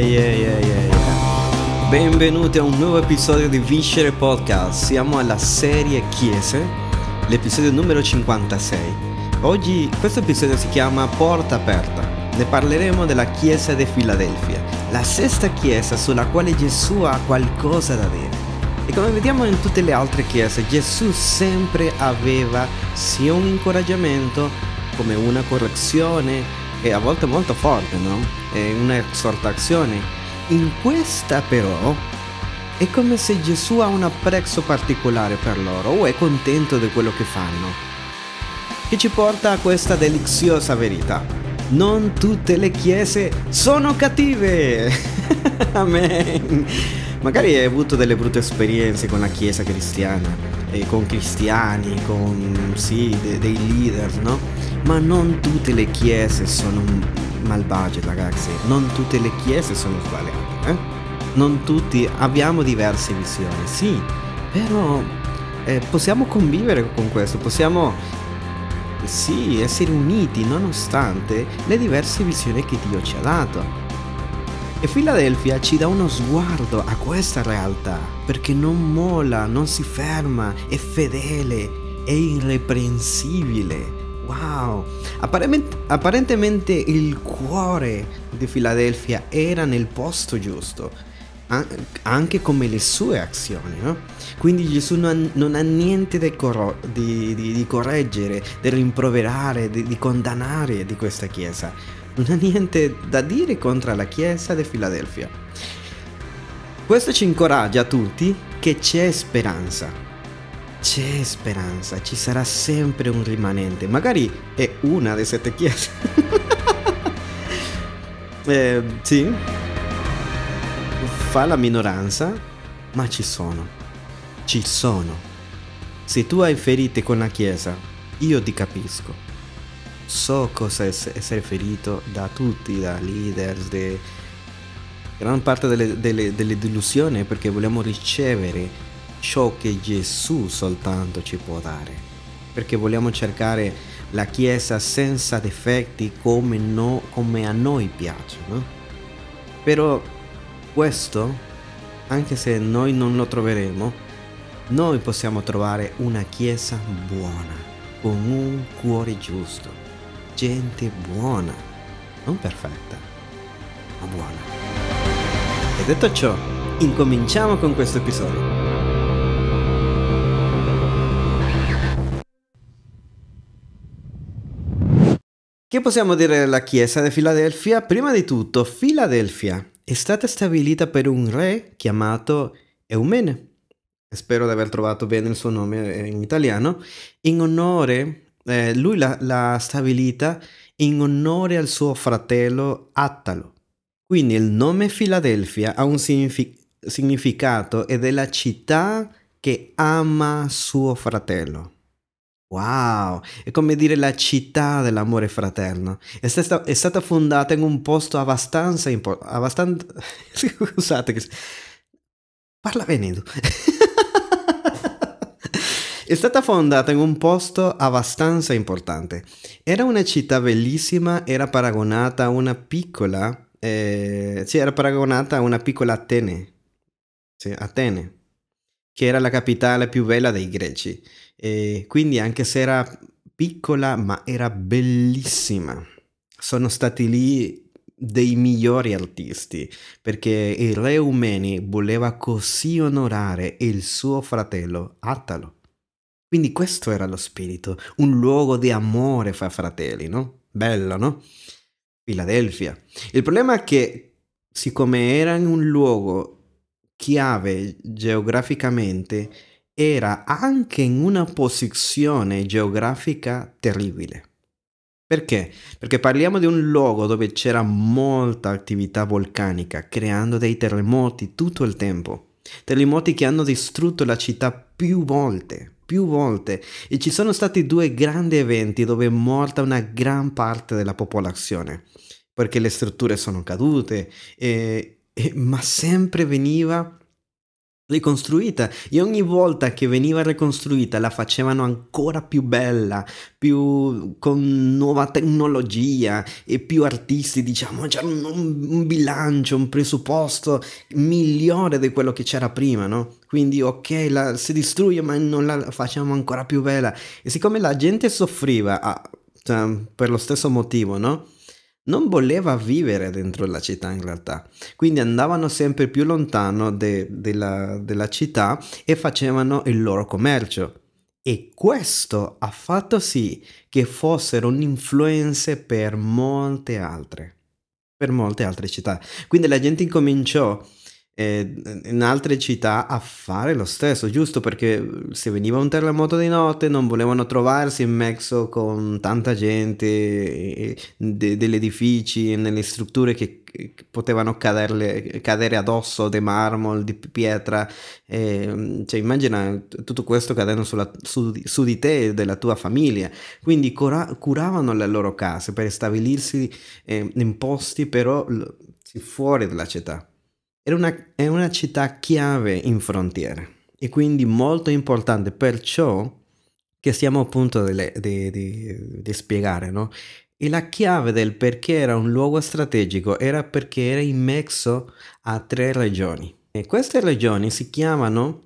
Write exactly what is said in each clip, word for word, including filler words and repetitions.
yeah, yeah, yeah, yeah. Benvenuti a un nuovo episodio di Vincere Podcast. Siamo alla serie Chiese, l'episodio numero cinquantasei. Oggi questo episodio si chiama Porta Aperta. Ne parleremo della Chiesa di Filadelfia, la sesta chiesa sulla quale Gesù ha qualcosa da dire. E come vediamo in tutte le altre chiese, Gesù sempre aveva sia un incoraggiamento come una correzione, e a volte molto forte, no? È un'esortazione. In questa però è come se Gesù ha un apprezzo particolare per loro o è contento di quello che fanno, che ci porta a questa deliziosa verità: non tutte le chiese sono cattive. Amen. Magari hai avuto delle brutte esperienze con la chiesa cristiana, e con cristiani, con sì, de- dei leader, no? Ma non tutte le chiese sono malvagie, ragazzi. Non tutte le chiese sono sbagliate, eh? Non tutti, abbiamo diverse visioni, sì, però eh, possiamo convivere con questo, possiamo sì, essere uniti nonostante le diverse visioni che Dio ci ha dato. E Filadelfia ci dà uno sguardo a questa realtà, perché non molla, non si ferma, è fedele, è irreprensibile. Wow! Apparent- apparentemente il cuore di Filadelfia era nel posto giusto, an- anche come le sue azioni, no? Quindi Gesù non, non ha niente di, corro- di, di, di correggere, di rimproverare, di, di condannare di questa chiesa. Non ha niente da dire contro la chiesa di Filadelfia. Questo ci incoraggia a tutti che c'è speranza. C'è speranza, ci sarà sempre un rimanente. Magari è una delle sette chiese. eh, sì. Fa la minoranza, ma ci sono. Ci sono. Se tu hai ferite con la chiesa, io ti capisco. So cosa è essere ferito da tutti, da leaders, de... gran parte delle, delle, delle delusioni, perché vogliamo ricevere ciò che Gesù soltanto ci può dare, perché vogliamo cercare la Chiesa senza difetti come, no, come a noi piace, no? Però questo, anche se noi non lo troveremo, noi possiamo trovare una Chiesa buona, con un cuore giusto, gente buona, non perfetta, ma buona. E detto ciò, incominciamo con questo episodio. Che possiamo dire della Chiesa di Filadelfia? Prima di tutto, Filadelfia è stata stabilita per un re chiamato Eumene. Spero di aver trovato bene il suo nome in italiano. In onore Eh, lui l'ha, l'ha stabilita in onore al suo fratello Attalo. Quindi il nome Filadelfia ha un signific- significato ed è la città che ama suo fratello. Wow, è come dire la città dell'amore fraterno. È stata, è stata fondata in un posto abbastanza importante. Abbastanza... Scusate, che... parla veneto. È stata fondata in un posto abbastanza importante. Era una città bellissima, era paragonata a una piccola, eh, sì, era paragonata a una piccola Atene, sì, Atene, che era la capitale più bella dei greci. E quindi anche se era piccola, ma era bellissima. Sono stati lì dei migliori artisti, perché il re Eumene voleva così onorare il suo fratello Attalo. Quindi questo era lo spirito, un luogo di amore fra fratelli, no? Bello, no? Filadelfia. Il problema è che, siccome era in un luogo chiave geograficamente, era anche in una posizione geografica terribile. Perché? Perché parliamo di un luogo dove c'era molta attività vulcanica, creando dei terremoti tutto il tempo. Terremoti che hanno distrutto la città più volte, più volte. E ci sono stati due grandi eventi dove è morta una gran parte della popolazione, perché le strutture sono cadute, e, e, ma sempre veniva ricostruita, e ogni volta che veniva ricostruita la facevano ancora più bella, più con nuova tecnologia e più artisti, diciamo, c'era un, un bilancio, un presupposto migliore di quello che c'era prima, no? Quindi ok, la, si distrugge ma non la facciamo ancora più bella, e siccome la gente soffriva ah, cioè, per lo stesso motivo, no? Non voleva vivere dentro la città in realtà, quindi andavano sempre più lontano de- della, della città e facevano il loro commercio. E questo ha fatto sì che fossero un'influenza per molte altre, per molte altre città. Quindi la gente incominciò eh, in altre città a fare lo stesso, giusto perché se veniva un terremoto di notte non volevano trovarsi in mezzo con tanta gente, eh, de- degli edifici, nelle strutture che, che potevano caderle- cadere addosso, di marmo, di pietra. Eh, cioè, immagina tutto questo cadendo sulla- su, di- su di te e della tua famiglia. Quindi cura- curavano le loro case per stabilirsi eh, in posti però l- fuori dalla città. Era una, è una città chiave in frontiera e quindi molto importante, perciò che stiamo appunto delle- di, di- di spiegare, no? E la chiave del perché era un luogo strategico era perché era immerso a tre regioni. E queste regioni si chiamano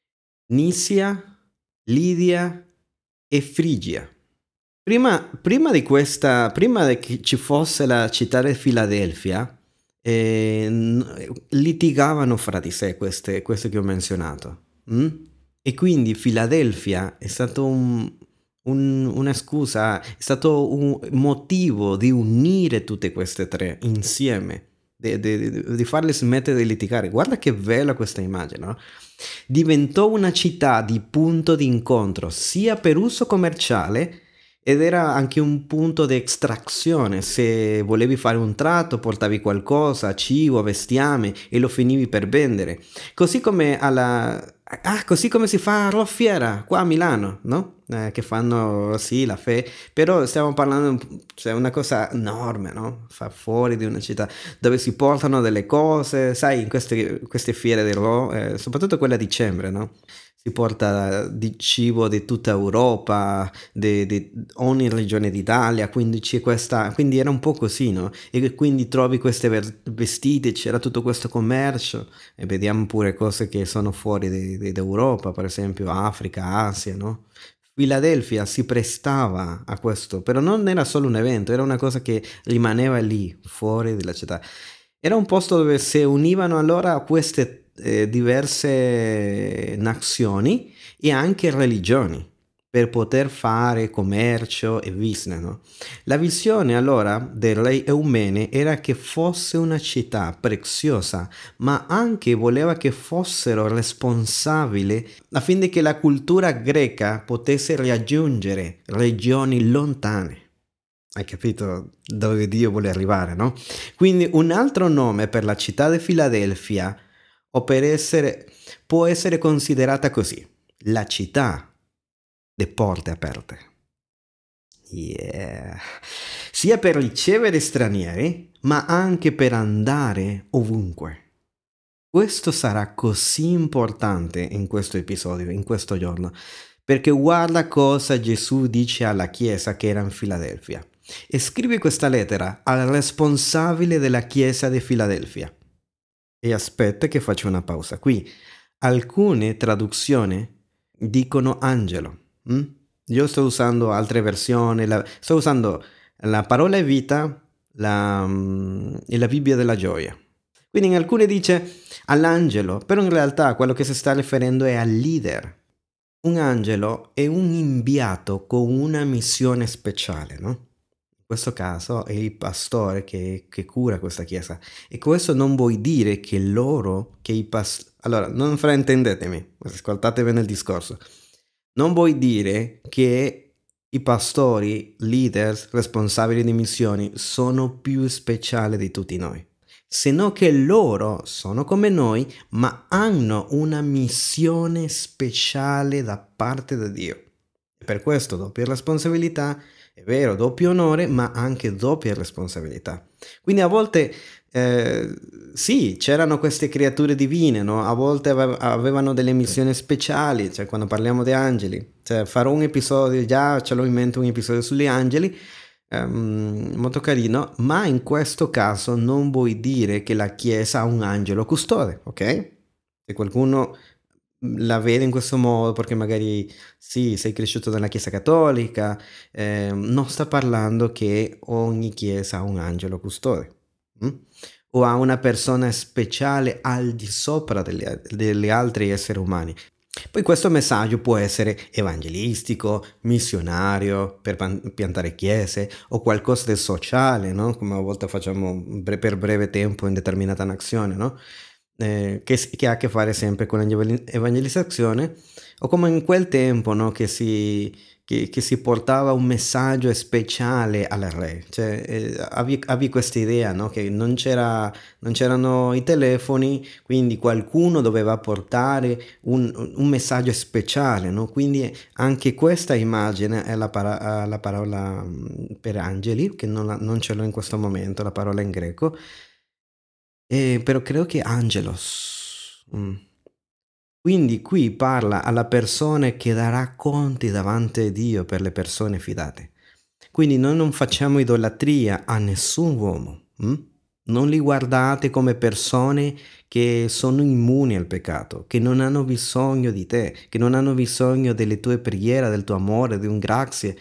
Nisia, Lidia e Frigia. Prima, prima di questa, prima che ci fosse la città di Filadelfia, eh, n- litigavano fra di sé queste, queste che ho menzionato. Mm? E quindi Filadelfia è stato un- un- una scusa, è stato un motivo di unire tutte queste tre insieme, di, di- di farle smettere di litigare. Guarda che bella questa immagine, no? Diventò una città di punto di incontro sia per uso commerciale ed era anche un punto di estrazione. Se volevi fare un tratto, portavi qualcosa, cibo, bestiame e lo finivi per vendere. Così come alla... Ah, così come si fa a Roffiera, qua a Milano, no? Eh, che fanno, sì, la fe... Però stiamo parlando, cioè, una cosa enorme, no? Fa fuori di una città, dove si portano delle cose, sai, in queste, queste fiere di Ro, eh, soprattutto quella a dicembre, no? Si porta di cibo di tutta Europa, di, di ogni regione d'Italia, quindi c'è questa, quindi era un po' così, no? E quindi trovi queste ver- vestiti, c'era tutto questo commercio, e vediamo pure cose che sono fuori di- di- d'Europa, per esempio Africa, Asia, no? Filadelfia si prestava a questo, però non era solo un evento, era una cosa che rimaneva lì, fuori dalla città. Era un posto dove si univano allora queste eh, diverse nazioni e anche religioni per poter fare commercio e business, no? La visione allora del re Eumene era che fosse una città preziosa, ma anche voleva che fossero responsabili affinché la cultura greca potesse raggiungere regioni lontane. Hai capito dove Dio vuole arrivare, no? Quindi un altro nome per la città di Filadelfia o per essere, può essere considerata così, la città de porte aperte. Yeah. Sia per ricevere stranieri, ma anche per andare ovunque. Questo sarà così importante in questo episodio, in questo giorno, perché guarda cosa Gesù dice alla chiesa che era in Filadelfia. E scrive questa lettera al responsabile della chiesa di Filadelfia. E aspetta che faccio una pausa qui. Alcune traduzioni dicono angelo. Mm? Io sto usando altre versioni, la- sto usando la parola vita la, mm, e la Bibbia della gioia. Quindi in alcune dice all'angelo, però in realtà quello che si sta riferendo è al leader. Un angelo è un inviato con una missione speciale, no? In questo caso è il pastore che, che cura questa chiesa. E questo non vuol dire che loro, che i pastori... Allora, non fraintendetemi, ascoltate bene il discorso. Non vuol dire che i pastori, leaders, responsabili di missioni sono più speciali di tutti noi, se no che loro sono come noi, ma hanno una missione speciale da parte di Dio. E per questo doppia responsabilità è vero, doppio onore, ma anche doppia responsabilità. Quindi a volte eh, sì, c'erano queste creature divine, no? A volte ave- avevano delle missioni speciali, cioè quando parliamo di angeli, cioè farò un episodio, già ce l'ho in mente un episodio sugli angeli, ehm, molto carino, ma in questo caso non vuoi dire che la Chiesa ha un angelo custode, ok? Se qualcuno la vede in questo modo perché magari sì, sei cresciuto nella Chiesa cattolica, ehm, non sta parlando che ogni Chiesa ha un angelo custode, mm? O ha una persona speciale al di sopra delle, degli altri esseri umani. Poi questo messaggio può essere evangelistico, missionario, per pan- piantare chiese o qualcosa di sociale, no? Come a volte facciamo bre- per breve tempo in determinata nazione, no? Eh, che, s- che ha a che fare sempre con l'evangelizzazione, o come in quel tempo, no? Che si, che, che si portava un messaggio speciale al re, cioè eh, avevi, avevi questa idea, no? Che non c'era, non c'erano i telefoni, quindi qualcuno doveva portare un, un messaggio speciale, no? Quindi anche questa immagine è la, para- la parola mm, per angeli, che non, la- non ce l'ho in questo momento, la parola in greco, eh, però credo che angelos. Mm. Quindi qui parla alla persona che darà conti davanti a Dio per le persone fidate. Quindi noi non facciamo idolatria a nessun uomo. Mm? Non li guardate come persone che sono immuni al peccato, che non hanno bisogno di te, che non hanno bisogno delle tue preghiere, del tuo amore, di un grazie.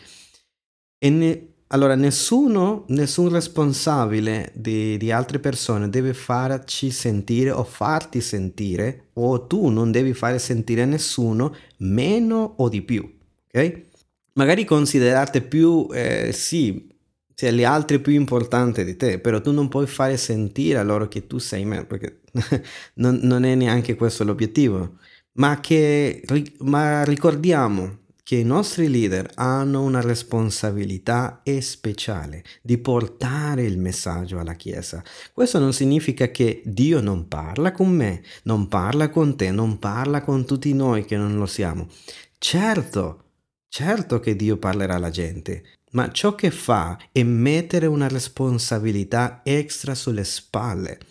E ne- allora nessuno, nessun responsabile di, di altre persone deve farci sentire o farti sentire, o tu non devi fare sentire nessuno meno o di più, ok? Magari considerate più, eh, sì, cioè gli altri più importanti di te, però tu non puoi fare sentire a loro che tu sei meno, perché non, non è neanche questo l'obiettivo. Ma che, ri- ma ricordiamo che i nostri leader hanno una responsabilità speciale di portare il messaggio alla Chiesa. Questo non significa che Dio non parla con me, non parla con te, non parla con tutti noi che non lo siamo. Certo, certo che Dio parlerà alla gente, ma ciò che fa è mettere una responsabilità extra sulle spalle.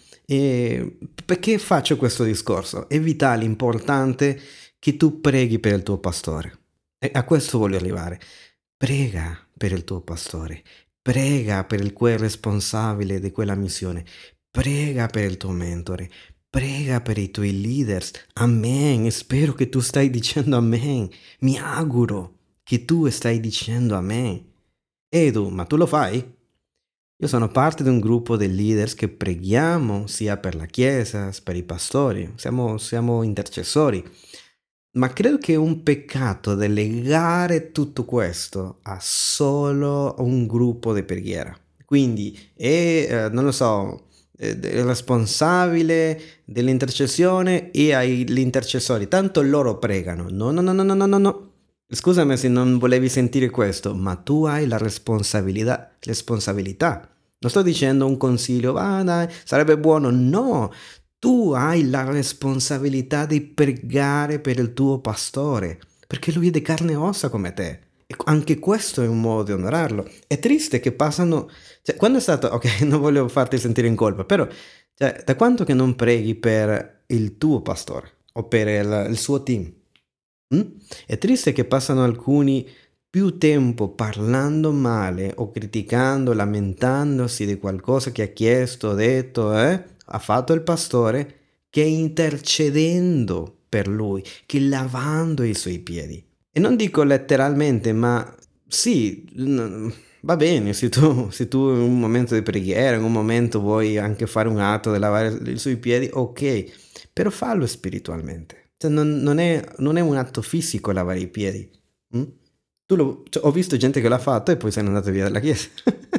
E perché faccio questo discorso? È vitale, importante che tu preghi per il tuo pastore. E a questo voglio arrivare. Prega per il tuo pastore, prega per il quel responsabile di quella missione, prega per il tuo mentore, prega per i tuoi leaders. Amen. E spero che tu stai dicendo amen. Mi auguro che tu stai dicendo amen. Edu, ma tu lo fai? Io sono parte di un gruppo di leaders che preghiamo sia per la Chiesa, per i pastori, siamo, siamo intercessori, ma credo che è un peccato delegare tutto questo a solo un gruppo di preghiera. Quindi è, eh, non lo so, eh, il responsabile dell'intercessione e agli intercessori, tanto loro pregano. No, no, no, no, no, no, no, no. Scusami se non volevi sentire questo, ma tu hai la responsabilità, responsabilità. Non sto dicendo un consiglio, ah dai, sarebbe buono. No, tu hai la responsabilità di pregare per il tuo pastore, perché lui è di carne e ossa come te. E anche questo è un modo di onorarlo. È triste che passano... Cioè, quando è stato... Ok, non voglio farti sentire in colpa, però... Cioè, da quanto che non preghi per il tuo pastore o per il, il suo team? Mm? È triste che passano alcuni più tempo parlando male o criticando, lamentandosi di qualcosa che ha chiesto, detto, eh, ha fatto il pastore, che intercedendo per lui, che lavando i suoi piedi. E non dico letteralmente, ma sì, n- va bene, se tu, se tu in un momento di preghiera, in un momento vuoi anche fare un atto di lavare i suoi piedi, ok, però fallo spiritualmente. Cioè, non, non è, non è un atto fisico lavare i piedi. Mm? Tu lo- cioè, ho visto gente che l'ha fatto e poi se n'è andata via dalla chiesa.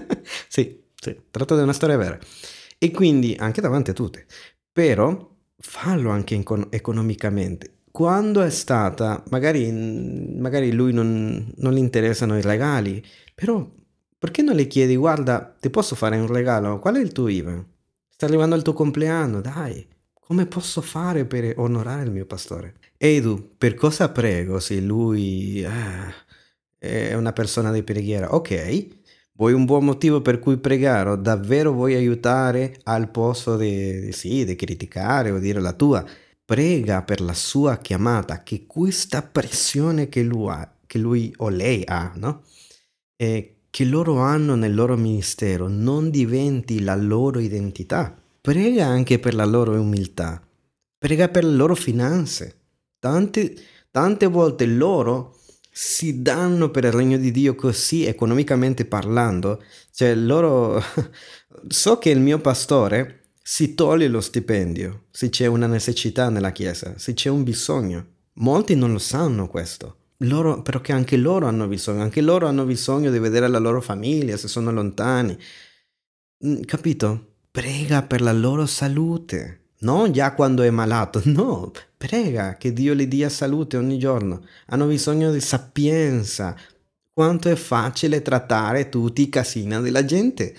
Sì, sì, tratto di una storia vera. E quindi anche davanti a tutte. Però fallo anche incon- economicamente. Quando è stata, magari, magari lui non, non gli interessano i regali, però perché non le chiedi, guarda, ti posso fare un regalo? Qual è il tuo I V A? Sta arrivando il tuo compleanno, dai. Come posso fare per onorare il mio pastore? Edu, per cosa prego se lui... ah, è una persona di preghiera. Ok, vuoi un buon motivo per cui pregare? O davvero vuoi aiutare al posto di, sì, di criticare o dire la tua? Prega per la sua chiamata, che questa pressione che lui ha, che lui o lei ha, no? E che loro hanno nel loro ministero non diventi la loro identità. Prega anche per la loro umiltà, prega per le loro finanze. Tante, tante volte loro si danno per il regno di Dio così economicamente parlando, cioè loro so che il mio pastore si toglie lo stipendio se c'è una necessità nella chiesa, se c'è un bisogno. Molti non lo sanno questo. Loro, perché anche loro hanno bisogno, anche loro hanno bisogno di vedere la loro famiglia se sono lontani. Mm, capito? Prega per la loro salute, non già quando è malato, no, prega che Dio gli dia salute ogni giorno. Hanno bisogno di sapienza. Quanto è facile trattare tutti i casini della gente.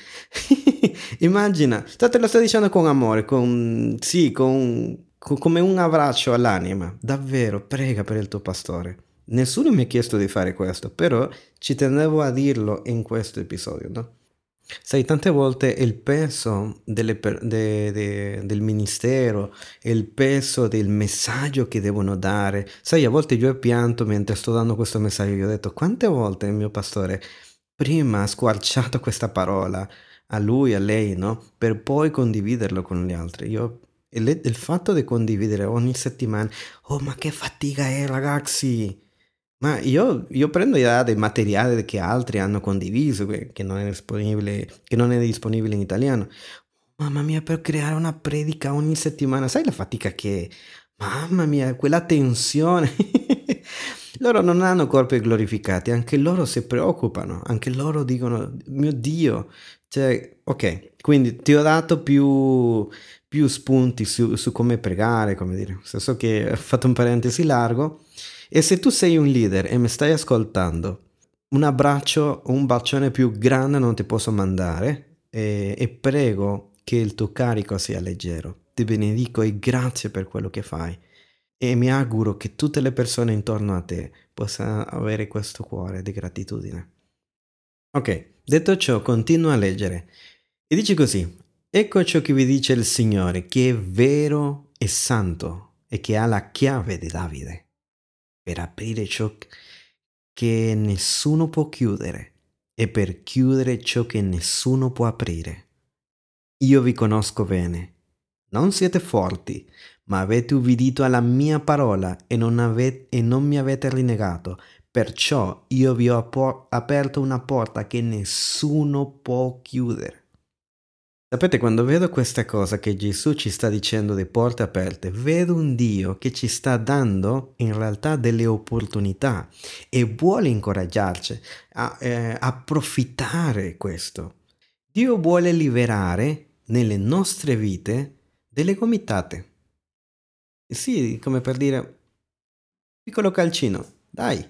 Immagina, te lo sto dicendo con amore, con, sì, con, co- come un abbraccio all'anima. Davvero, prega per il tuo pastore. Nessuno mi ha chiesto di fare questo, però ci tenevo a dirlo in questo episodio, no? Sai, tante volte il peso delle per- de- de- del ministero e il peso del messaggio che devono dare. Sai, a volte io ho pianto mentre sto dando questo messaggio. Io ho detto, quante volte il mio pastore prima ha squarciato questa parola a lui, a lei, no? Per poi condividerlo con gli altri. Io, il, il fatto di condividere ogni settimana, oh, ma che fatica è, ragazzi! Ma io, io prendo già dei materiali che altri hanno condiviso, che, che non è disponibile, che non è disponibile in italiano. Mamma mia, per creare una predica ogni settimana, sai la fatica che è? Mamma mia, quella tensione. Loro non hanno corpi glorificati, anche loro si preoccupano, anche loro dicono, mio Dio. Cioè, ok, quindi ti ho dato più, più spunti su, su come pregare, come dire. So che ho fatto un parentesi largo. E se tu sei un leader e mi stai ascoltando, un abbraccio, un bacione più grande non ti posso mandare e, e prego che il tuo carico sia leggero. Ti benedico e grazie per quello che fai. E mi auguro che tutte le persone intorno a te possano avere questo cuore di gratitudine. Ok, detto ciò, continua a leggere. E dice così: ecco ciò che vi dice il Signore, che è vero e santo e che ha la chiave di Davide per aprire ciò che nessuno può chiudere e per chiudere ciò che nessuno può aprire. Io vi conosco bene. Non siete forti, ma avete ubbidito alla mia parola e non, ave- e non mi avete rinnegato. Perciò io vi ho apo- aperto una porta che nessuno può chiudere. Sapete, quando vedo questa cosa che Gesù ci sta dicendo di porte aperte, vedo un Dio che ci sta dando in realtà delle opportunità e vuole incoraggiarci a eh, approfittare questo. Dio vuole liberare nelle nostre vite delle gomitate. Sì, come per dire, piccolo calcino, dai,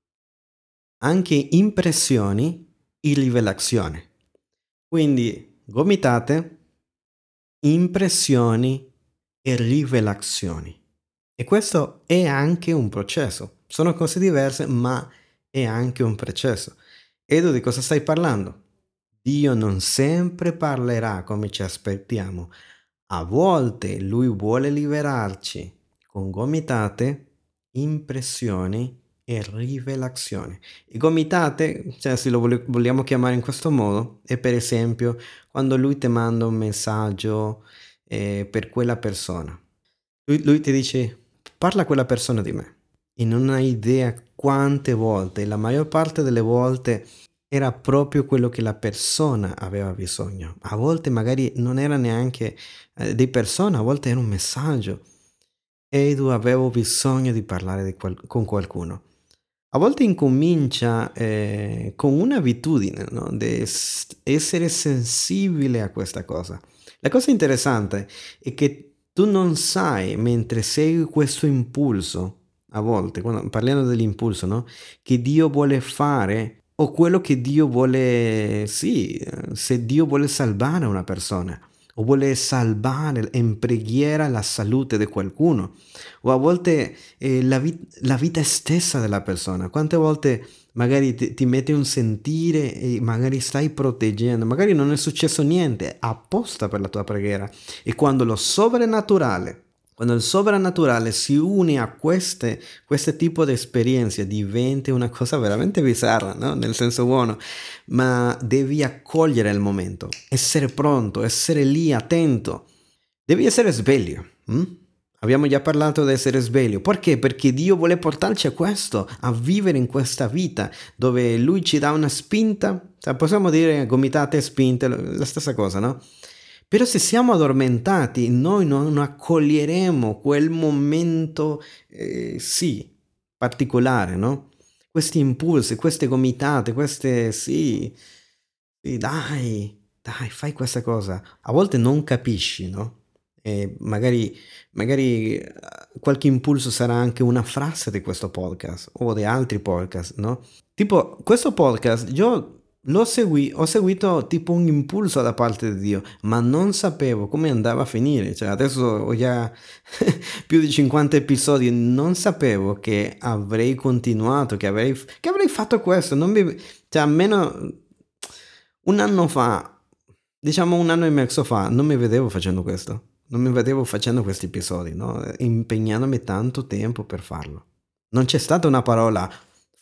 anche impressioni e rivelazione. Quindi, gomitate, impressioni e rivelazioni. E questo è anche un processo. Sono cose diverse, ma è anche un processo. Edo, di cosa stai parlando? Dio non sempre parlerà come ci aspettiamo. A volte Lui vuole liberarci con gomitate, impressioni e rivelazioni. E gomitate, cioè se lo vogliamo chiamare in questo modo, è per esempio quando Lui ti manda un messaggio eh, per quella persona. Lui, lui ti dice, parla a quella persona di me. E non hai idea quante volte, la maggior parte delle volte era proprio quello che la persona aveva bisogno. A volte magari non era neanche eh, di persona, a volte era un messaggio. Edu, avevo bisogno di parlare di qual- con qualcuno. A volte incomincia eh, con un'abitudine, no? Di s- essere sensibile a questa cosa. La cosa interessante è che tu non sai, mentre segui questo impulso, a volte, quando parliamo dell'impulso, no? Che Dio vuole fare o quello che Dio vuole, sì, eh, se Dio vuole salvare una persona o vuole salvare in preghiera la salute di qualcuno o a volte eh, la, vit- la vita stessa della persona. Quante volte magari ti, ti mette un sentire e magari stai proteggendo, magari non è successo niente, apposta per la tua preghiera. E quando lo sovrannaturale, quando il sovrannaturale si une a queste, questo tipo di esperienze, diventa una cosa veramente bizzarra, no? Nel senso buono, ma devi accogliere il momento, essere pronto, essere lì attento, devi essere sveglio. Hm? Abbiamo già parlato di essere sveglio. Perché? Perché Dio vuole portarci a questo, a vivere in questa vita, dove Lui ci dà una spinta, cioè, possiamo dire gomitate e spinte, la stessa cosa, no? Però se siamo addormentati, noi non accoglieremo quel momento, eh, sì, particolare, no? Questi impulsi, queste gomitate, queste, sì, sì, dai, dai, fai questa cosa. A volte non capisci, no? E magari, magari eh, qualche impulso sarà anche una frase di questo podcast o di altri podcast, no? Tipo, questo podcast, io lo segui, ho seguito tipo un impulso da parte di Dio, ma non sapevo come andava a finire. Cioè, adesso ho già più di cinquanta episodi, non sapevo che avrei continuato, che avrei, che avrei fatto questo. Non mi, cioè, almeno un anno fa, diciamo un anno e mezzo fa, non mi vedevo facendo questo. Non mi vedevo facendo questi episodi, no? Impegnandomi tanto tempo per farlo. Non c'è stata una parola,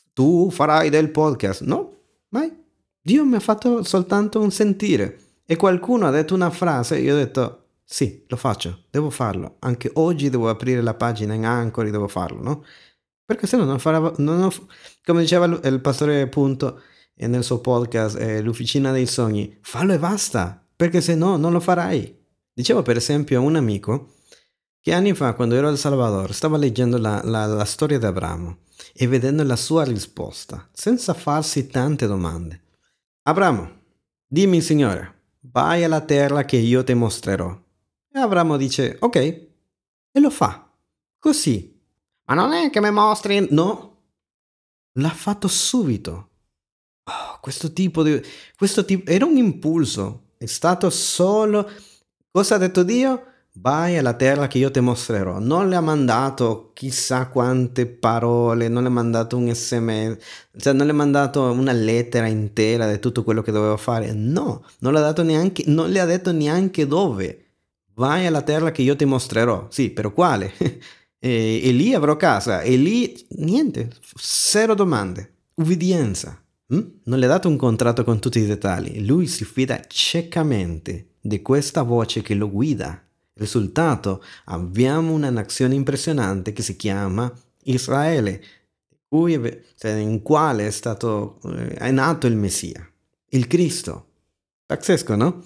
tu farai del podcast, no? Mai. Dio mi ha fatto soltanto un sentire. E qualcuno ha detto una frase e io ho detto, sì, lo faccio, devo farlo. Anche oggi devo aprire la pagina in Anchor, devo farlo, no? Perché se no non farò, non ho, come diceva il il pastore appunto eh, nel suo podcast, eh, l'Officina dei Sogni, fallo e basta, perché se no non lo farai. Dicevo per esempio a un amico che anni fa, quando ero a El Salvador, stava leggendo la, la, la storia di Abramo e vedendo la sua risposta, senza farsi tante domande. Abramo, dimmi Signore, vai alla terra che io ti mostrerò. E Abramo dice, ok, e lo fa. Così. Ma non è che mi mostri... No, l'ha fatto subito. Oh, questo tipo di... Questo tipo... Era un impulso. È stato solo... Cosa ha detto Dio? Vai alla terra che io ti mostrerò. Non le ha mandato chissà quante parole, non le ha mandato un sms, cioè non le ha mandato una lettera intera di tutto quello che doveva fare. No, non le ha dato neanche, non le ha detto neanche dove. Vai alla terra che io ti mostrerò. Sì, però quale? e, e lì avrò casa. E lì niente, zero domande. Ubbidienza. Mm? Non le ha dato un contratto con tutti i dettagli. Lui si fida ciecamente di questa voce che lo guida. Risultato, abbiamo una nazione impressionante che si chiama Israele, cui, cioè, in quale è stato eh, è nato il Messia, il Cristo. Pazzesco, no?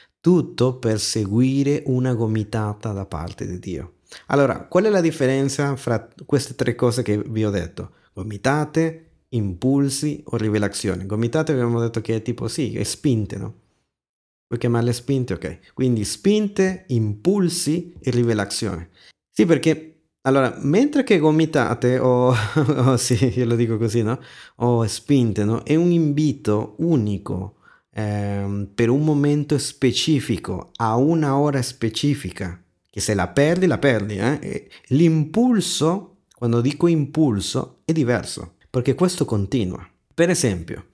Tutto per seguire una gomitata da parte di Dio. Allora, qual è la differenza fra queste tre cose che vi ho detto? Gomitate, impulsi o rivelazione. Gomitate abbiamo detto che è tipo sì, è spinte, no? Puoi chiamarle spinte? Ok. Quindi spinte, impulsi e rivelazione. Sì, perché, allora, mentre che gomitate o, oh, sì, io lo dico così, no? O spinte, no? È un invito unico ehm, per un momento specifico, a una ora specifica, che se la perdi, la perdi, eh? E l'impulso, quando dico impulso, è diverso, perché questo continua. Per esempio,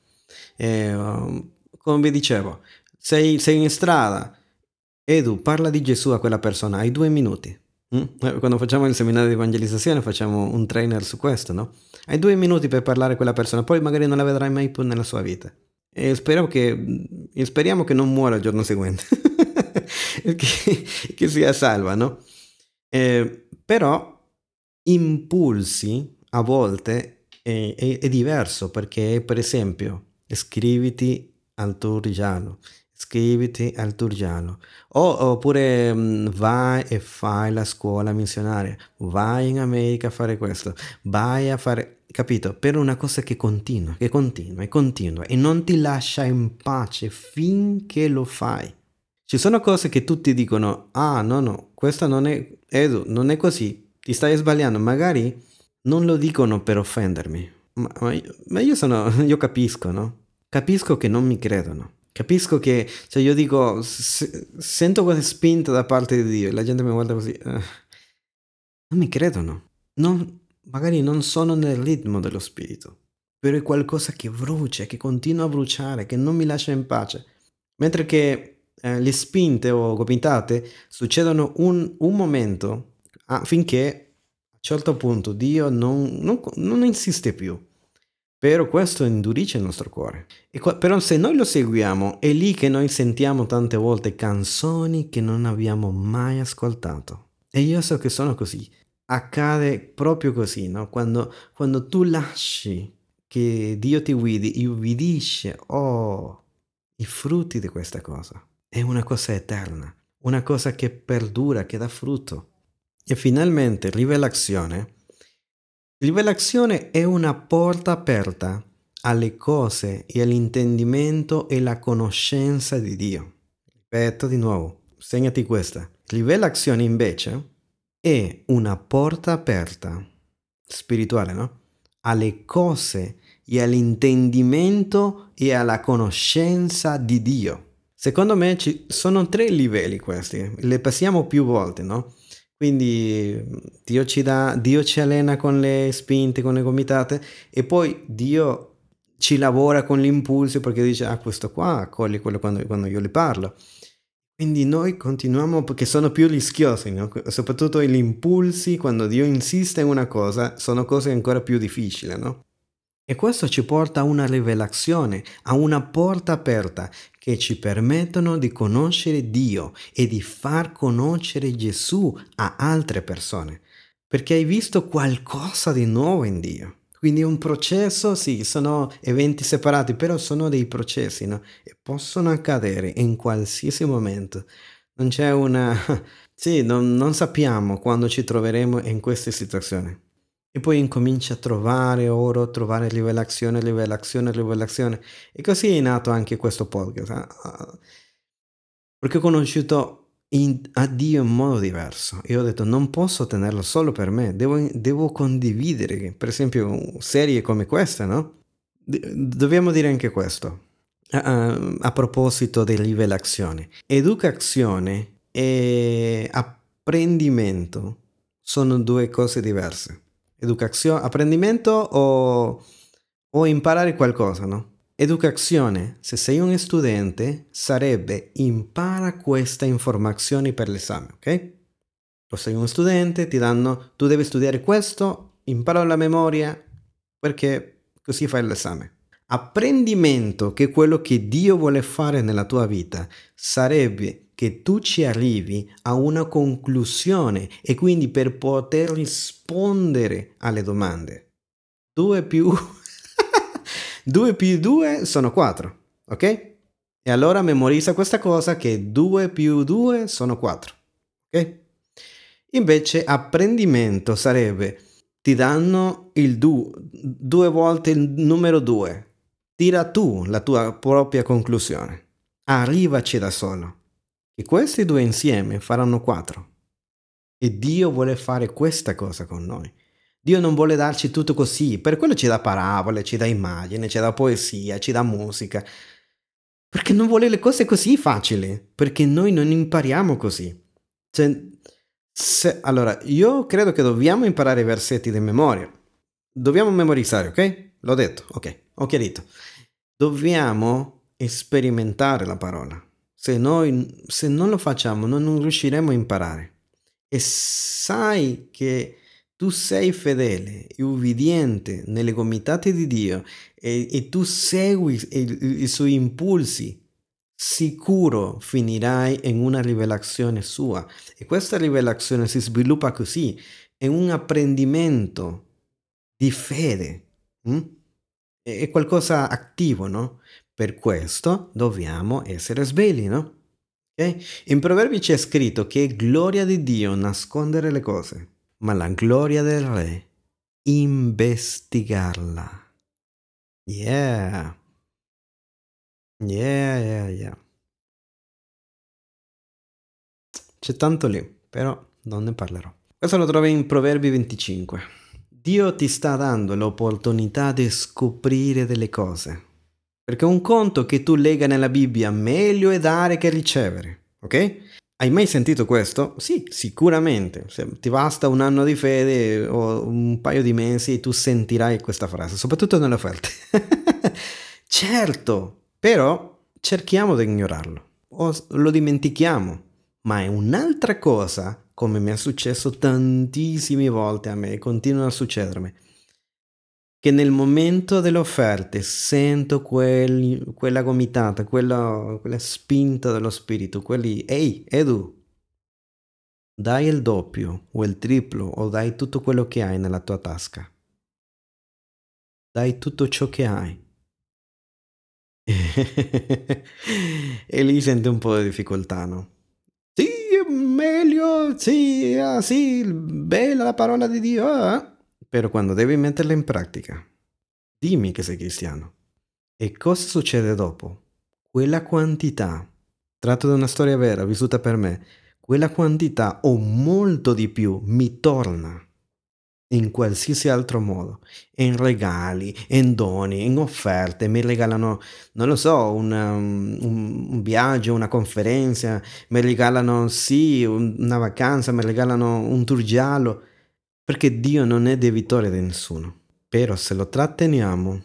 eh, come vi dicevo, sei, sei in strada, Edu, parla di Gesù a quella persona, hai due minuti. Mm? Quando facciamo il seminario di evangelizzazione facciamo un trainer su questo, no? Hai due minuti per parlare a quella persona, poi magari non la vedrai mai più nella sua vita. E spero che, e speriamo che non muora il giorno seguente, che, che sia salva, no? Eh, però impulsi a volte è, è, è diverso perché, per esempio, iscriviti al tour giallo, iscriviti al tour giallo, o, oppure mh, vai e fai la scuola missionaria, vai in America a fare questo, vai a fare, capito? Per una cosa che continua, che continua e continua e non ti lascia in pace finché lo fai. Ci sono cose che tutti dicono, ah no no, questa non è, Edu, non è così, ti stai sbagliando, magari non lo dicono per offendermi, ma, ma io, ma io sono, io capisco, no? Capisco che non mi credono, capisco che, cioè io dico, se, sento questa spinta da parte di Dio e la gente mi guarda così, eh, non mi credono, non, magari non sono nel ritmo dello spirito, però è qualcosa che brucia, che continua a bruciare, che non mi lascia in pace. Mentre che eh, le spinte o gomitate succedono un, un momento ah, finché a un certo punto Dio non, non, non insiste più. Però questo indurisce il nostro cuore. E qua, però se noi lo seguiamo, è lì che noi sentiamo tante volte canzoni che non abbiamo mai ascoltato. E io so che sono così. Accade proprio così, no? Quando, quando tu lasci che Dio ti guidi e ubbidisce, oh, i frutti di questa cosa. È una cosa eterna, una cosa che perdura, che dà frutto. E finalmente, rivelazione. Rivelazione è una porta aperta alle cose e all'intendimento e alla conoscenza di Dio. Ripeto di nuovo, segnati questa. Rivelazione invece è una porta aperta, spirituale, no? Alle cose e all'intendimento e alla conoscenza di Dio. Secondo me ci sono tre livelli questi, le passiamo più volte, no? Quindi Dio ci dà, Dio ci allena con le spinte, con le gomitate e poi Dio ci lavora con gli impulsi perché dice, ah, questo qua accoglie quello quando, quando io le parlo. Quindi noi continuiamo perché sono più rischiosi, no? Soprattutto gli impulsi, quando Dio insiste in una cosa, sono cose ancora più difficili, no? E questo ci porta a una rivelazione, a una porta aperta che ci permettono di conoscere Dio e di far conoscere Gesù a altre persone, perché hai visto qualcosa di nuovo in Dio. Quindi è un processo, sì, sono eventi separati, però sono dei processi, no? E possono accadere in qualsiasi momento. Non c'è una... Sì, non, non sappiamo quando ci troveremo in queste situazioni. E poi incominci a trovare oro, trovare rivelazione, rivelazione, rivelazione. E così è nato anche questo podcast. ah, Perché ho conosciuto in- a Dio in modo diverso. E ho detto, non posso tenerlo solo per me, devo, devo condividere. Per esempio, serie come questa, no? D- dobbiamo dire anche questo. A, a proposito di rivelazione. Educazione e apprendimento sono due cose diverse. Educazione, apprendimento o, o imparare qualcosa, no? Educazione, se sei un studente, sarebbe impara questa informazione per l'esame, ok? O sei uno studente, ti danno, tu devi studiare questo, impara la memoria, perché così fai l'esame. Apprendimento, che è quello che Dio vuole fare nella tua vita, sarebbe che tu ci arrivi a una conclusione e quindi per poter rispondere alle domande. due più due più due sono quattro, ok? E allora memorizza questa cosa che due più due sono quattro, ok? Invece apprendimento sarebbe ti danno il du, due volte il numero due. Tira tu la tua propria conclusione. Arrivaci da solo. E questi due insieme faranno quattro. E Dio vuole fare questa cosa con noi. Dio non vuole darci tutto così, per quello ci dà parabole, ci dà immagini, ci dà poesia, ci dà musica. Perché non vuole le cose così facili, perché noi non impariamo così. Cioè, se, allora, io credo che dobbiamo imparare i versetti di memoria. Dobbiamo memorizzare, ok? L'ho detto, ok, ho chiarito. Dobbiamo sperimentare la parola. Se noi se non lo facciamo, non, non riusciremo a imparare. E sai che tu sei fedele e ubbidiente nelle gomitate di Dio e, e tu segui i, i suoi impulsi, sicuro finirai in una rivelazione sua. E questa rivelazione si sviluppa così, è un apprendimento di fede. hm? È è qualcosa attivo, no? Per questo dobbiamo essere svegli, no? Ok? In Proverbi c'è scritto che è gloria di Dio nascondere le cose, ma la gloria del re investigarla. Yeah, yeah, yeah, yeah. C'è tanto lì, però non ne parlerò. Questo lo trovi in Proverbi venticinque. Dio ti sta dando l'opportunità di scoprire delle cose. Perché un conto che tu lega nella Bibbia meglio è dare che ricevere, ok? Hai mai sentito questo? Sì, sicuramente. Se ti basta un anno di fede o un paio di mesi, tu sentirai questa frase, soprattutto nelle offerte. Certo, però cerchiamo di ignorarlo o s- lo dimentichiamo. Ma è un'altra cosa, come mi è successo tantissime volte a me e continua a succedermi, che nel momento delle offerte sento quel- quella gomitata, quella, quella spinta dello spirito, quelli, ehi, Edu, dai il doppio o il triplo o dai tutto quello che hai nella tua tasca. Dai tutto ciò che hai. E lì senti un po' di difficoltà, no? Sì, è meglio, sì, ah, sì, bella la parola di Dio, ah. Però quando devi metterla in pratica, dimmi che sei cristiano. E cosa succede dopo? Quella quantità, tratto da una storia vera, vissuta per me, quella quantità o molto di più mi torna in qualsiasi altro modo, in regali, in doni, in offerte, mi regalano, non lo so, un, um, un- un viaggio, una conferenza, mi regalano sì, un- una vacanza, mi regalano un tour giallo, perché Dio non è debitore di nessuno. Però se lo tratteniamo,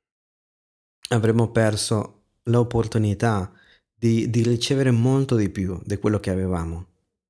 avremo perso l'opportunità di, di ricevere molto di più di quello che avevamo.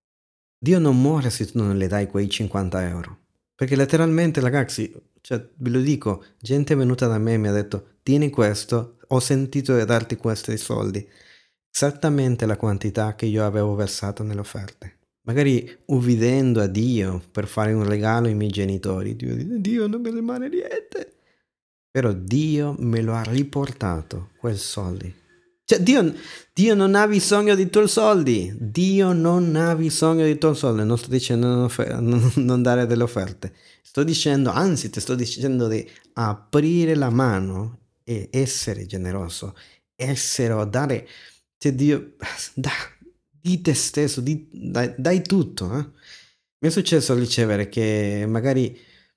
Dio non muore se tu non le dai quei cinquanta euro. Perché letteralmente, ragazzi, cioè, ve lo dico, gente è venuta da me e mi ha detto, tieni questo, ho sentito di darti questi soldi. Esattamente la quantità che io avevo versato nelle offerte. Magari ubbidiendo a Dio per fare un regalo ai miei genitori. Dio, Dio non me ne rimane niente. Però Dio me lo ha riportato, quel soldi. Cioè, Dio, Dio non ha bisogno di tuoi soldi. Dio non ha bisogno di tuoi soldi. Non sto dicendo non, offer- non- non dare delle offerte. Sto dicendo, anzi, ti sto dicendo di aprire la mano e essere generoso. Essere o dare. Cioè, Dio, da, di te stesso, di- dai, dai tutto. Eh? Mi è successo ricevere che magari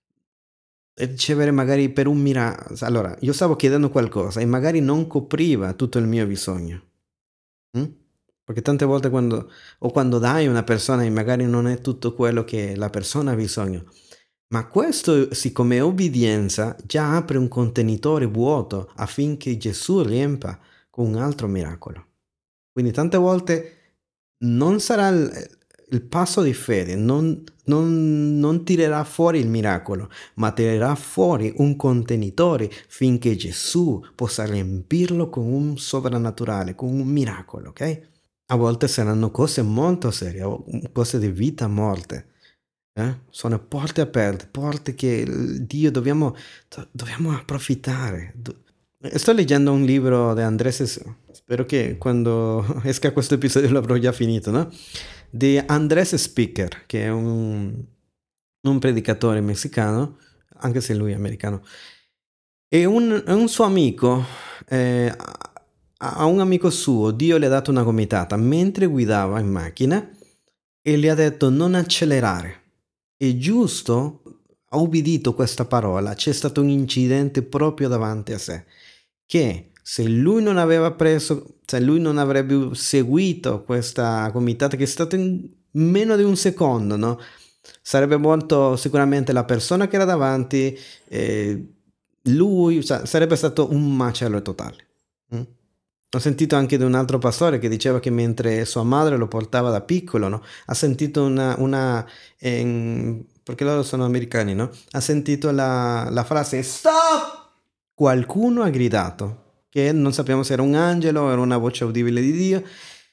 ricevere magari per un mira allora, io stavo chiedendo qualcosa e magari non copriva tutto il mio bisogno, mh? Perché tante volte quando o quando dai a una persona e magari non è tutto quello che la persona ha bisogno, ma questo siccome è obbedienza, già apre un contenitore vuoto affinché Gesù riempa con un altro miracolo. Quindi tante volte non sarà il il passo di fede, non non non tirerà fuori il miracolo, ma tirerà fuori un contenitore finché Gesù possa riempirlo con un sovrannaturale, con un miracolo, ok? A volte saranno cose molto serie, o cose di vita o morte, eh? Sono porte aperte, porte che il Dio dobbiamo, do- dobbiamo approfittare. Do- eh, Sto leggendo un libro di Andrés, S- spero che quando esca questo episodio l'avrò già finito, no? Di Andrés Speaker, che è un, un predicatore messicano, anche se lui è americano. E un, un suo amico, eh, a a un amico suo, Dio le ha dato una gomitata mentre guidava in macchina e gli ha detto non accelerare. E giusto, ha ubbidito questa parola, c'è stato un incidente proprio davanti a sé, che se lui non aveva preso, se lui non avrebbe seguito questa gomitata che è stata in meno di un secondo, no? Sarebbe molto sicuramente la persona che era davanti, eh, lui, sa- sarebbe stato un macello totale. Mm? Ho sentito anche di un altro pastore che diceva che mentre sua madre lo portava da piccolo, no? Ha sentito una, una ehm, perché loro sono americani, no? Ha sentito la, la frase Stop! Qualcuno ha gridato, che non sappiamo se era un angelo o era una voce udibile di Dio,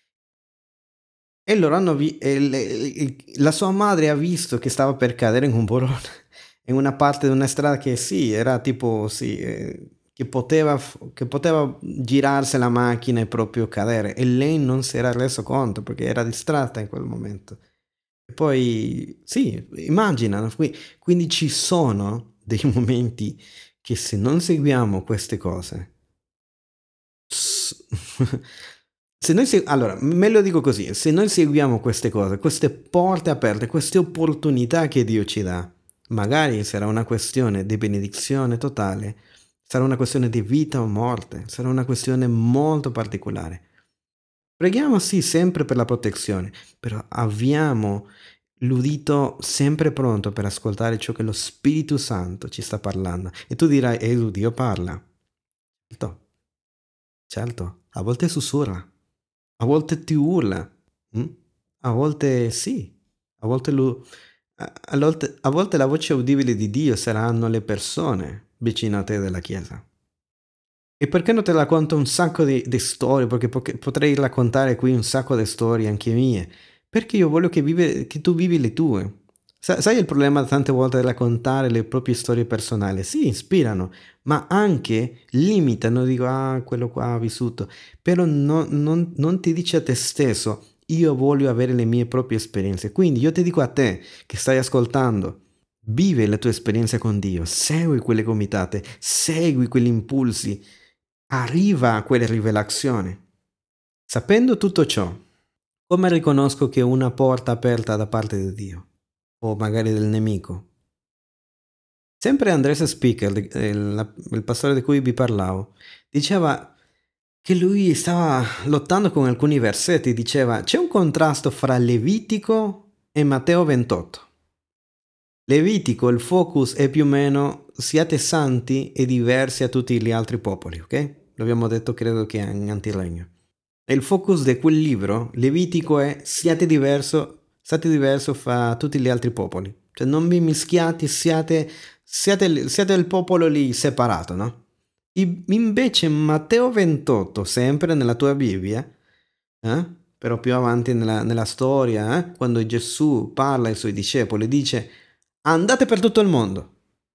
e loro hanno vi- e le- la sua madre ha visto che stava per cadere in un burrone, in una parte di una strada che sì, era tipo, sì, eh, che poteva, f- che poteva girarsi la macchina e proprio cadere, e lei non si era reso conto perché era distratta in quel momento. E poi, sì, immagina, no? Qui- quindi ci sono dei momenti che se non seguiamo queste cose, S- Se noi se- allora, me lo dico così, se noi seguiamo queste cose, queste porte aperte, queste opportunità che Dio ci dà, magari sarà una questione di benedizione totale, sarà una questione di vita o morte, sarà una questione molto particolare. Preghiamo sì sempre per la protezione, però abbiamo l'udito sempre pronto per ascoltare ciò che lo Spirito Santo ci sta parlando. E tu dirai, Esu, Dio parla. Certo, certo, a volte sussurra, a volte ti urla, mm? A volte sì, a volte, lu- a, a volte, a volte la voce udibile di Dio saranno le persone vicino a te della Chiesa. E perché non te la racconto un sacco di, di storie? Perché po- potrei raccontare qui un sacco di storie anche mie. Perché io voglio che, vive, che tu vivi le tue. Sa- sai il problema tante volte di raccontare le proprie storie personali? Sì, ispirano, ma anche limitano. Dico, ah, quello qua ha vissuto. Però non, non- non ti dice a te stesso, io voglio avere le mie proprie esperienze. Quindi io ti dico a te che stai ascoltando, vive la tua esperienza con Dio, segui quelle comitate, segui quegli impulsi, arriva a quelle rivelazioni. Sapendo tutto ciò, come riconosco che è una porta aperta da parte di Dio o magari del nemico? Sempre Andres Speaker, il, il pastore di cui vi parlavo, diceva che lui stava lottando con alcuni versetti, diceva c'è un contrasto fra Levitico e Matteo ventotto. Levitico, il focus è più o meno siate santi e diversi a tutti gli altri popoli, ok? L'abbiamo detto credo che in Antiregno. E il focus di quel libro, Levitico, è siate diverso, siate diverso fra tutti gli altri popoli. Cioè non vi mischiate, siate, siate, siate il popolo lì separato, no? I- Invece Matteo ventotto, sempre nella tua Bibbia, eh? Però più avanti nella, nella storia, eh? Quando Gesù parla ai suoi discepoli, dice andate per tutto il mondo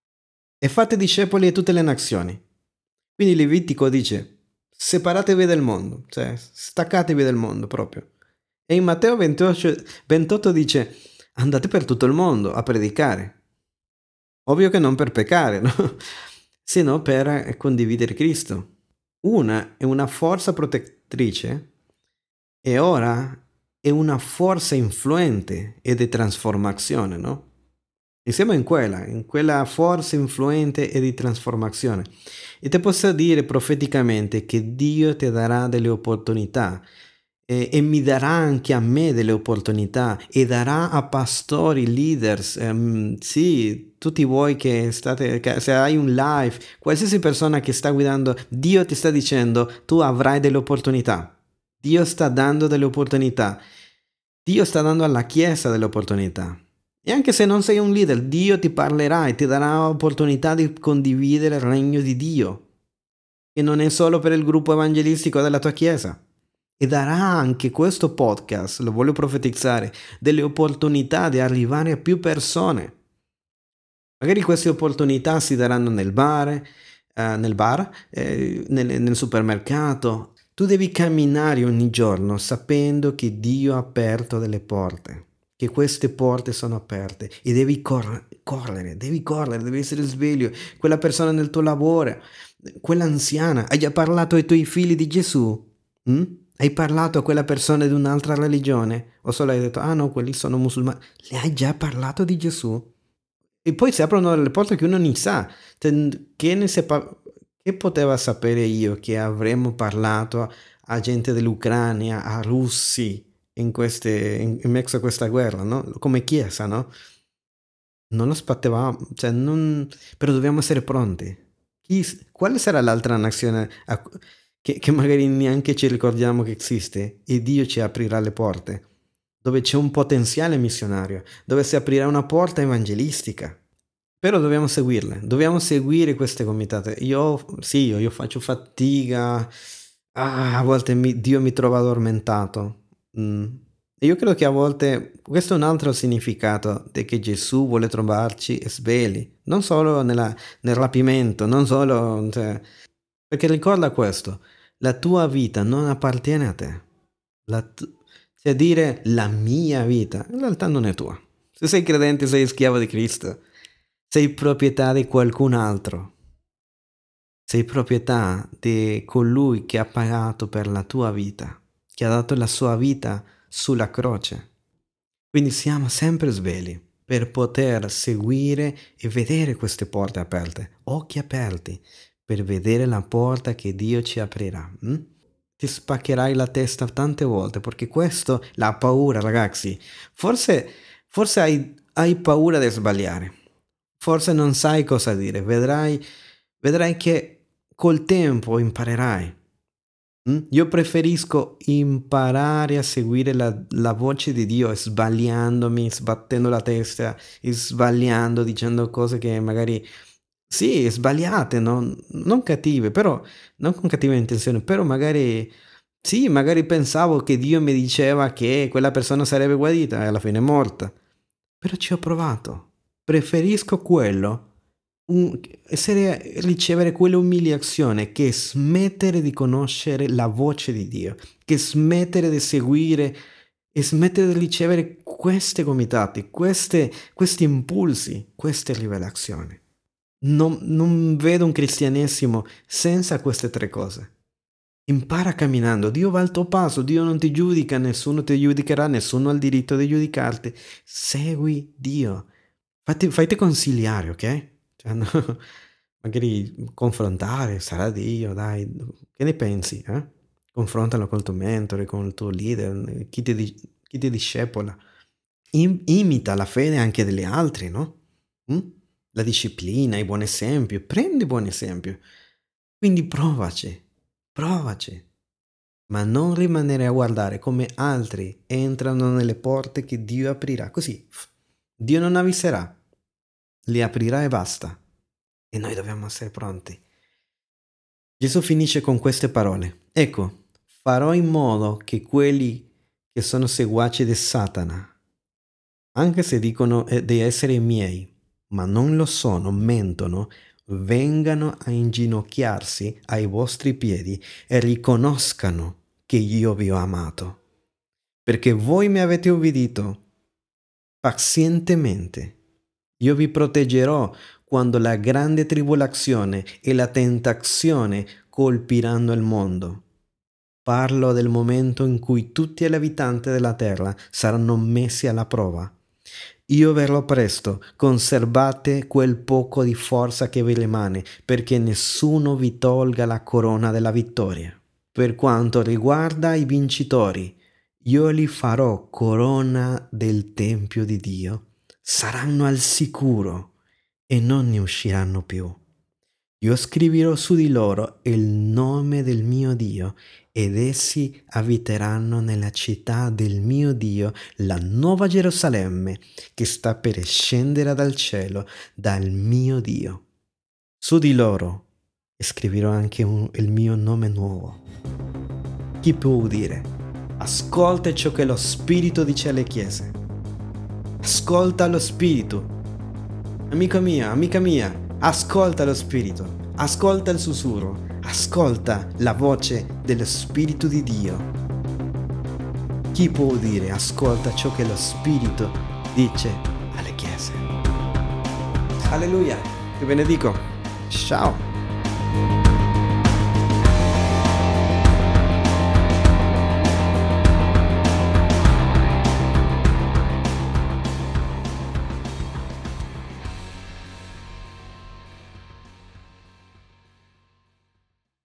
e fate discepoli di tutte le nazioni. Quindi Levitico dice separatevi dal mondo, cioè staccatevi dal mondo proprio. E in Matteo ventotto, ventotto dice andate per tutto il mondo a predicare. Ovvio che non per peccare, no? Sino per condividere Cristo. Una è una forza protettrice e ora è una forza influente e di trasformazione, no? E siamo in quella, in quella forza influente e di trasformazione. E ti posso dire profeticamente che Dio ti darà delle opportunità e, e mi darà anche a me delle opportunità e darà a pastori, leaders, ehm, sì, tutti voi che state, che se hai un live, qualsiasi persona che sta guidando, Dio ti sta dicendo tu avrai delle opportunità. Dio sta dando delle opportunità. Dio sta dando alla Chiesa delle opportunità. E anche se non sei un leader, Dio ti parlerà e ti darà opportunità di condividere il regno di Dio, che non è solo per il gruppo evangelistico della tua Chiesa. E darà anche questo podcast, lo voglio profetizzare, delle opportunità di arrivare a più persone. Magari queste opportunità si daranno nel bar, eh, nel bar, eh, nel, nel supermercato. Tu devi camminare ogni giorno sapendo che Dio ha aperto delle porte, che queste porte sono aperte e devi cor- correre, devi correre, devi essere sveglio. Quella persona nel tuo lavoro, quell'anziana, hai già parlato ai tuoi figli di Gesù? Mm? Hai parlato a quella persona di un'altra religione? O solo hai detto, ah no, quelli sono musulmani? Le hai già parlato di Gesù? E poi si aprono delle porte che uno non sa. Cioè, che, ne sepa- che poteva sapere io che avremmo parlato a gente dell'Ucraina, a russi in, queste, in, in mezzo a questa guerra, no? Come Chiesa, no? Non lo aspettavamo, cioè non... però dobbiamo essere pronti. Chi, quale sarà l'altra nazione a- che, che magari neanche ci ricordiamo che esiste e Dio ci aprirà le porte, dove c'è un potenziale missionario, dove si aprirà una porta evangelistica. Però dobbiamo seguirle, dobbiamo seguire queste comitate. Io, sì, io, io faccio fatica, ah, a volte mi- Dio mi trova addormentato. Mm. E io credo che a volte questo è un altro significato di che Gesù vuole trovarci svegli, non solo nella- nel rapimento, non solo... cioè, perché ricorda questo, la tua vita non appartiene a te. La tu- cioè dire la mia vita, in realtà non è tua. Se sei credente sei schiavo di Cristo. Sei proprietà di qualcun altro. Sei proprietà di colui che ha pagato per la tua vita, che ha dato la sua vita sulla croce. Quindi siamo sempre svegli per poter seguire e vedere queste porte aperte, occhi aperti, per vedere la porta che Dio ci aprirà. hm? ti spaccherai la testa tante volte, perché questo, la paura, ragazzi, forse, forse hai, hai paura di sbagliare, forse non sai cosa dire, vedrai, vedrai che col tempo imparerai. Mm? Io preferisco imparare a seguire la, la voce di Dio sbagliandomi, sbattendo la testa, sbagliando, dicendo cose che magari sì, sbagliate, no? Non cattive, però non con cattiva intenzione, però magari sì, magari pensavo che Dio mi diceva che quella persona sarebbe guarita e alla fine è morta. Però ci ho provato. Preferisco quello, un- essere, ricevere quell'umiliazione che smettere di conoscere la voce di Dio, che smettere di seguire e smettere di ricevere queste gomitate, queste, questi impulsi, queste rivelazioni. Non, non vedo un cristianesimo senza queste tre cose. Impara camminando, Dio va al tuo passo, Dio non ti giudica, nessuno ti giudicherà, nessuno ha il diritto di giudicarti. Segui Dio. Fatti, fatti consigliare, ok? Cioè, no, magari confrontare, sarà Dio, dai. Che ne pensi? Eh? Confrontalo col tuo mentore, con il tuo leader, chi ti, di- chi ti discepola. Im- imita la fede anche degli altri, no? Mm? La disciplina, i buoni esempi, prendi buoni esempi. Quindi provaci, provaci, ma non rimanere a guardare come altri entrano nelle porte che Dio aprirà. Così, pff, Dio non avviserà, li aprirà e basta. E noi dobbiamo essere pronti. Gesù finisce con queste parole. Ecco, farò in modo che quelli che sono seguaci di Satana, anche se dicono eh, di essere miei, ma non lo sono, mentono, vengano a inginocchiarsi ai vostri piedi e riconoscano che io vi ho amato, perché voi mi avete obbedito pazientemente. Io vi proteggerò quando la grande tribolazione e la tentazione colpiranno il mondo. Parlo del momento in cui tutti gli abitanti della terra saranno messi alla prova. Io verrò presto, conservate quel poco di forza che vi rimane, perché nessuno vi tolga la corona della vittoria. Per quanto riguarda i vincitori, io li farò corona del Tempio di Dio. Saranno al sicuro e non ne usciranno più. Io scriverò su di loro il nome del mio Dio ed essi abiteranno nella città del mio Dio, la nuova Gerusalemme, che sta per scendere dal cielo dal mio Dio. Su di loro scriverò anche un, il mio nome nuovo. Chi può udire? Ascolta ciò che lo Spirito dice alle chiese. Ascolta lo Spirito. Amico mio, amica mia, ascolta lo Spirito. Ascolta il sussurro, ascolta la voce dello Spirito di Dio. Chi può udire, ascolta ciò che lo Spirito dice alle chiese. Alleluia, ti benedico. Ciao.